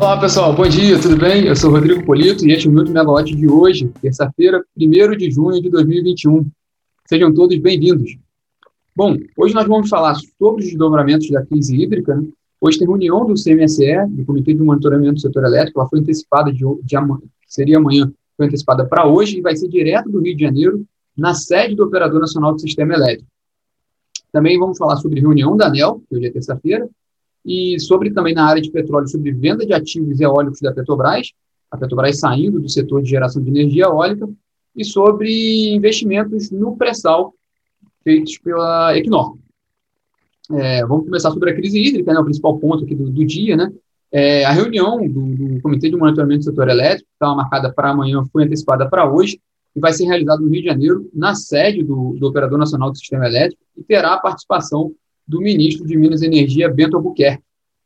Olá pessoal, bom dia, tudo bem? Eu sou o Rodrigo Polito e este é o Minuto Megawatt de hoje, terça-feira, 1º de junho de 2021. Sejam todos bem-vindos. Bom, hoje nós vamos falar sobre os desdobramentos da crise hídrica, né? Hoje tem reunião do CMSE, do Comitê de Monitoramento do Setor Elétrico, ela foi antecipada seria amanhã, foi antecipada para hoje e vai ser direto do Rio de Janeiro, na sede do Operador Nacional do Sistema Elétrico. Também vamos falar sobre reunião da ANEEL, que hoje é terça-feira, e sobre também na área de petróleo, sobre venda de ativos eólicos da Petrobras, a Petrobras saindo do setor de geração de energia eólica, e sobre investimentos no pré-sal feitos pela Equinor. Vamos começar sobre a crise hídrica, né, o principal ponto aqui do dia, né? A reunião do Comitê de Monitoramento do Setor Elétrico, que estava marcada para amanhã, foi antecipada para hoje, e vai ser realizada no Rio de Janeiro, na sede do Operador Nacional do Sistema Elétrico, e terá a participação do ministro de Minas e Energia, Bento Albuquerque.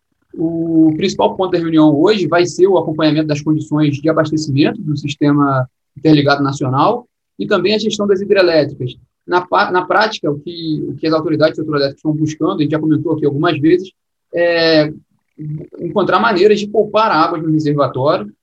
O principal ponto da reunião hoje vai ser o acompanhamento das condições de abastecimento do Sistema Interligado Nacional e também a gestão das hidrelétricas. Na prática, o que as autoridades do setor elétrico estão buscando, a gente já comentou aqui algumas vezes, é encontrar maneiras de poupar água no reservatório,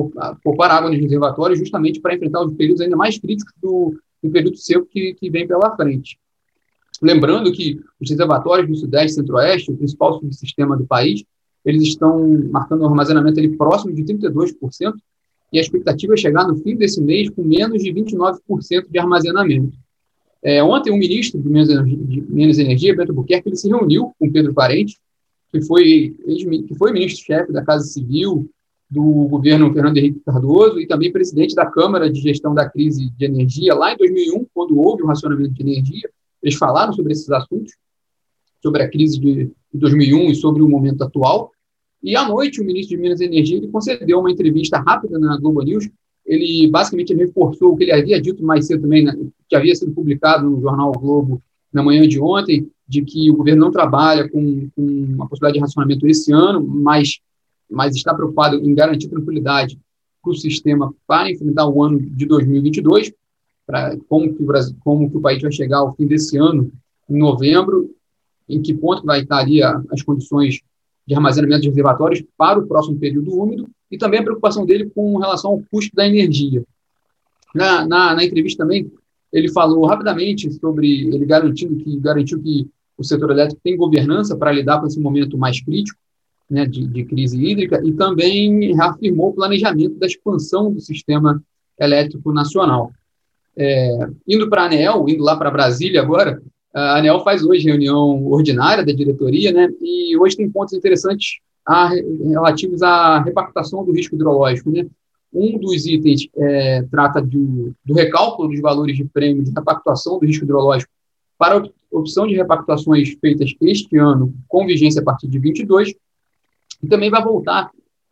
justamente para enfrentar os períodos ainda mais críticos do período seco que vem pela frente. Lembrando que os reservatórios do Sudeste e Centro-Oeste, o principal subsistema do país, eles estão marcando um armazenamento ali próximo de 32%, e a expectativa é chegar no fim desse mês com menos de 29% de armazenamento. Ontem, o ministro de Minas e Energia, Bento Albuquerque, ele se reuniu com Pedro Parente, que foi ministro-chefe da Casa Civil do governo Fernando Henrique Cardoso e também presidente da Câmara de Gestão da Crise de Energia, lá em 2001, quando houve o racionamento de energia. Eles falaram sobre esses assuntos, sobre a crise de 2001 e sobre o momento atual. E, à noite, o ministro de Minas e Energia ele concedeu uma entrevista rápida na Globo News. Ele, basicamente, reforçou o que ele havia dito mais cedo também, que havia sido publicado no jornal o Globo na manhã de ontem, de que o governo não trabalha com a possibilidade de racionamento esse ano, mas está preocupado em garantir tranquilidade para o sistema para enfrentar o ano de 2022, para como que o país vai chegar ao fim desse ano, em novembro, em que ponto vai estar ali as condições de armazenamento de reservatórios para o próximo período úmido, e também a preocupação dele com relação ao custo da energia. Na entrevista também, ele falou rapidamente sobre, ele garantiu que o setor elétrico tem governança para lidar com esse momento mais crítico, né, de crise hídrica, e também reafirmou o planejamento da expansão do sistema elétrico nacional. Indo para a ANEEL, indo lá para Brasília agora, a ANEEL faz hoje reunião ordinária da diretoria, né, e hoje tem pontos interessantes relativos à repactuação do risco hidrológico, né. Um dos itens trata do recálculo dos valores de prêmio de repactuação do risco hidrológico para a opção de repactuações feitas este ano, com vigência a partir de 22, e também vai voltar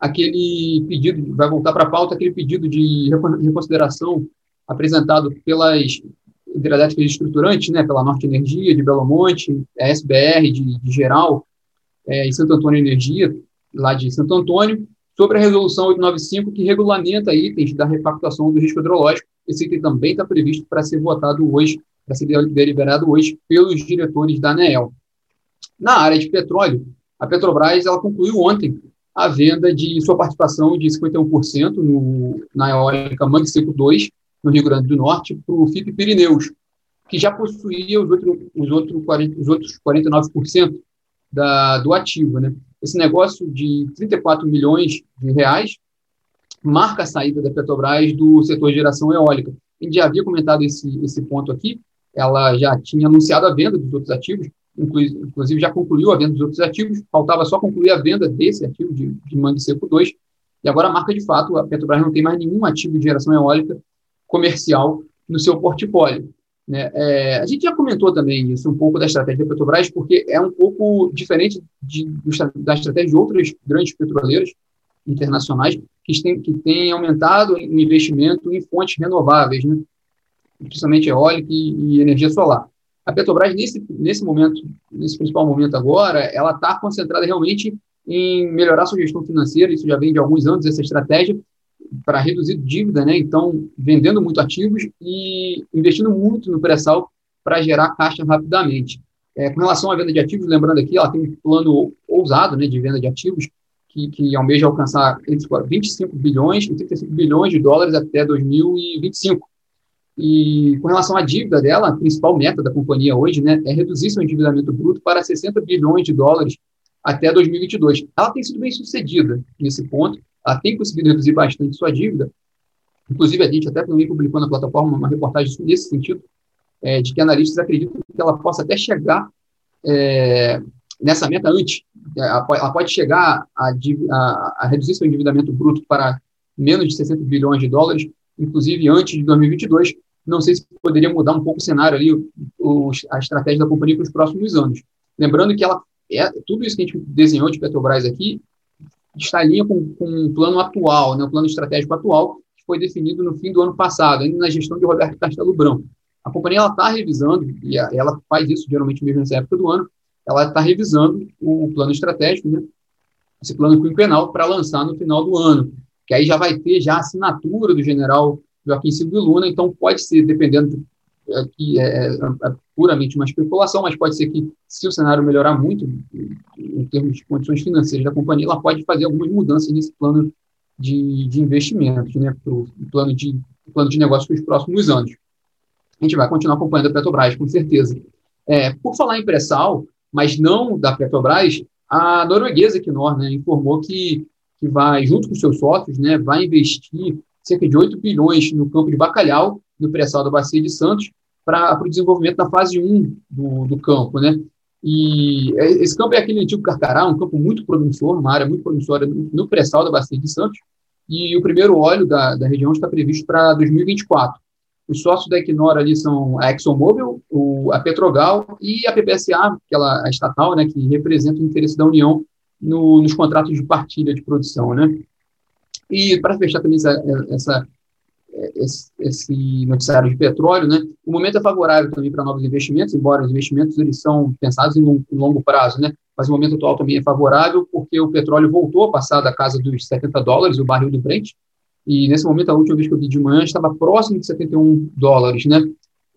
para a pauta aquele pedido de reconsideração apresentado pelas hidrelétricas estruturantes, né, pela Norte Energia, de Belo Monte, a SBR de Geral, e Santo Antônio Energia, lá de Santo Antônio, sobre a resolução 895, que regulamenta itens da repactuação do risco hidrológico. Esse item também está previsto para ser votado hoje, para ser deliberado hoje pelos diretores da ANEEL. Na área de petróleo, a Petrobras ela concluiu ontem a venda de sua participação de 51% na eólica Mangue Seco 2, no Rio Grande do Norte, para o FIP Pirineus, que já possuía os outros 49% do ativo, né? Esse negócio de 34 milhões de reais marca a saída da Petrobras do setor de geração eólica. A gente já havia comentado esse ponto aqui, ela já tinha anunciado a venda dos outros ativos, inclusive já concluiu a venda dos outros ativos, faltava só concluir a venda desse ativo de Mangue Seco 2, e agora marca de fato, a Petrobras não tem mais nenhum ativo de geração eólica comercial no seu portfólio, né? A gente já comentou também isso, um pouco da estratégia da Petrobras, porque é um pouco diferente da estratégia de outras grandes petroleiras internacionais que têm aumentado o investimento em fontes renováveis, né? Principalmente eólica e energia solar. A Petrobras, nesse principal momento agora, ela está concentrada realmente em melhorar sua gestão financeira, isso já vem de alguns anos, essa estratégia, para reduzir dívida, né? Então, vendendo muito ativos e investindo muito no pré-sal para gerar caixa rapidamente. Com relação à venda de ativos, lembrando aqui, ela tem um plano ousado, né, de venda de ativos, que almeja alcançar entre 25 bilhões e 35 bilhões de dólares até 2025. E com relação à dívida dela, a principal meta da companhia hoje, né, é reduzir seu endividamento bruto para 60 bilhões de dólares até 2022. Ela tem sido bem sucedida nesse ponto, ela tem conseguido reduzir bastante sua dívida. Inclusive, a gente até também publicou na plataforma uma reportagem nesse sentido, de que analistas acreditam que ela possa até chegar nessa meta antes. Ela pode chegar a reduzir seu endividamento bruto para menos de 60 bilhões de dólares, inclusive antes de 2022. Não sei se poderia mudar um pouco o cenário ali, a estratégia da companhia para os próximos anos. Lembrando que tudo isso que a gente desenhou de Petrobras aqui está em linha com o plano atual, né, o plano estratégico atual, que foi definido no fim do ano passado, ainda na gestão de Roberto Castelo Branco. A companhia está revisando, e ela faz isso geralmente mesmo nessa época do ano, ela está revisando o plano estratégico, né, esse plano quinquenal, para lançar no final do ano, que aí já vai ter já a assinatura do general Joaquim Silvio Luna, então pode ser, dependendo, que é puramente uma especulação, mas pode ser que, se o cenário melhorar muito, em termos de condições financeiras da companhia, ela pode fazer algumas mudanças nesse plano de investimentos, né, para o plano de negócio para os próximos anos. A gente vai continuar acompanhando a Petrobras, com certeza. Por falar em pré-sal, mas não da Petrobras, a norueguesa Equinor, né, informou que vai, junto com seus sócios, né, vai investir cerca de 8 bilhões no campo de Bacalhau, no pré-sal da Bacia de Santos, para o desenvolvimento da fase 1 do campo, né? E esse campo é aquele antigo Carcará, um campo muito promissor, uma área muito promissora no pré-sal da Bacia de Santos, e o primeiro óleo da região está previsto para 2024. Os sócios da Equinor ali são a ExxonMobil, a Petrogal e a PPSA, a estatal, né, que representa o interesse da União nos contratos de partilha de produção, né? E para fechar também esse noticiário de petróleo, né, o momento é favorável também para novos investimentos, embora os investimentos eles são pensados em longo prazo, né, mas o momento atual também é favorável porque o petróleo voltou a passar da casa dos $70, o barril do Brent, e nesse momento, a última vez que eu vi de manhã, estava próximo de $71, né?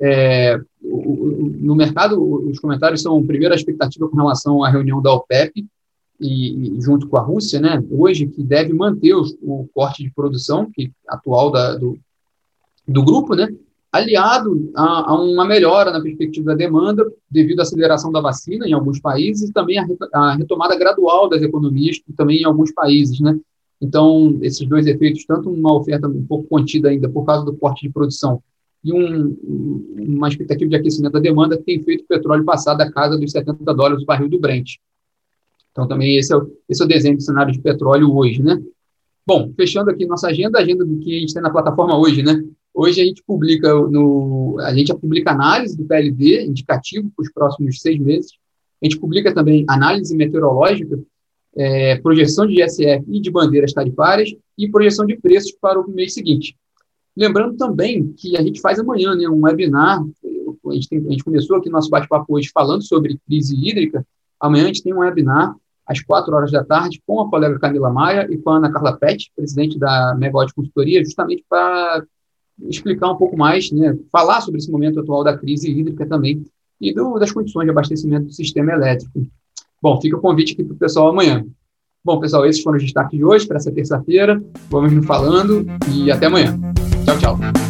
No mercado, os comentários são, primeiro, a expectativa com relação à reunião da OPEP, e junto com a Rússia, né, hoje, que deve manter o corte de produção atual do grupo, né, aliado a uma melhora na perspectiva da demanda devido à aceleração da vacina em alguns países e também a retomada gradual das economias também em alguns países, né. Então, esses dois efeitos, tanto uma oferta um pouco contida ainda por causa do corte de produção e uma expectativa de aquecimento da demanda, que tem feito o petróleo passar da casa dos $70 o barril do Brent. Então, também esse é o desenho do cenário de petróleo hoje, né? Bom, fechando aqui nossa agenda do que a gente tem na plataforma hoje, né? Hoje a gente publica análise do PLD indicativo para os próximos 6 meses. A gente publica também análise meteorológica, projeção de ISF e de bandeiras tarifárias e projeção de preços para o mês seguinte. Lembrando também que a gente faz amanhã, né, um webinar. A gente começou aqui nosso bate-papo hoje falando sobre crise hídrica. Amanhã a gente tem um webinar às 4h com a colega Camila Maia e com a Ana Carla Pet, presidente da Megawatt Consultoria, justamente para explicar um pouco mais, né, falar sobre esse momento atual da crise hídrica também e das condições de abastecimento do sistema elétrico. Bom, fica o convite aqui para o pessoal amanhã. Bom, pessoal, esses foram os destaques de hoje, para essa terça-feira. Vamos nos falando e até amanhã. Tchau, tchau.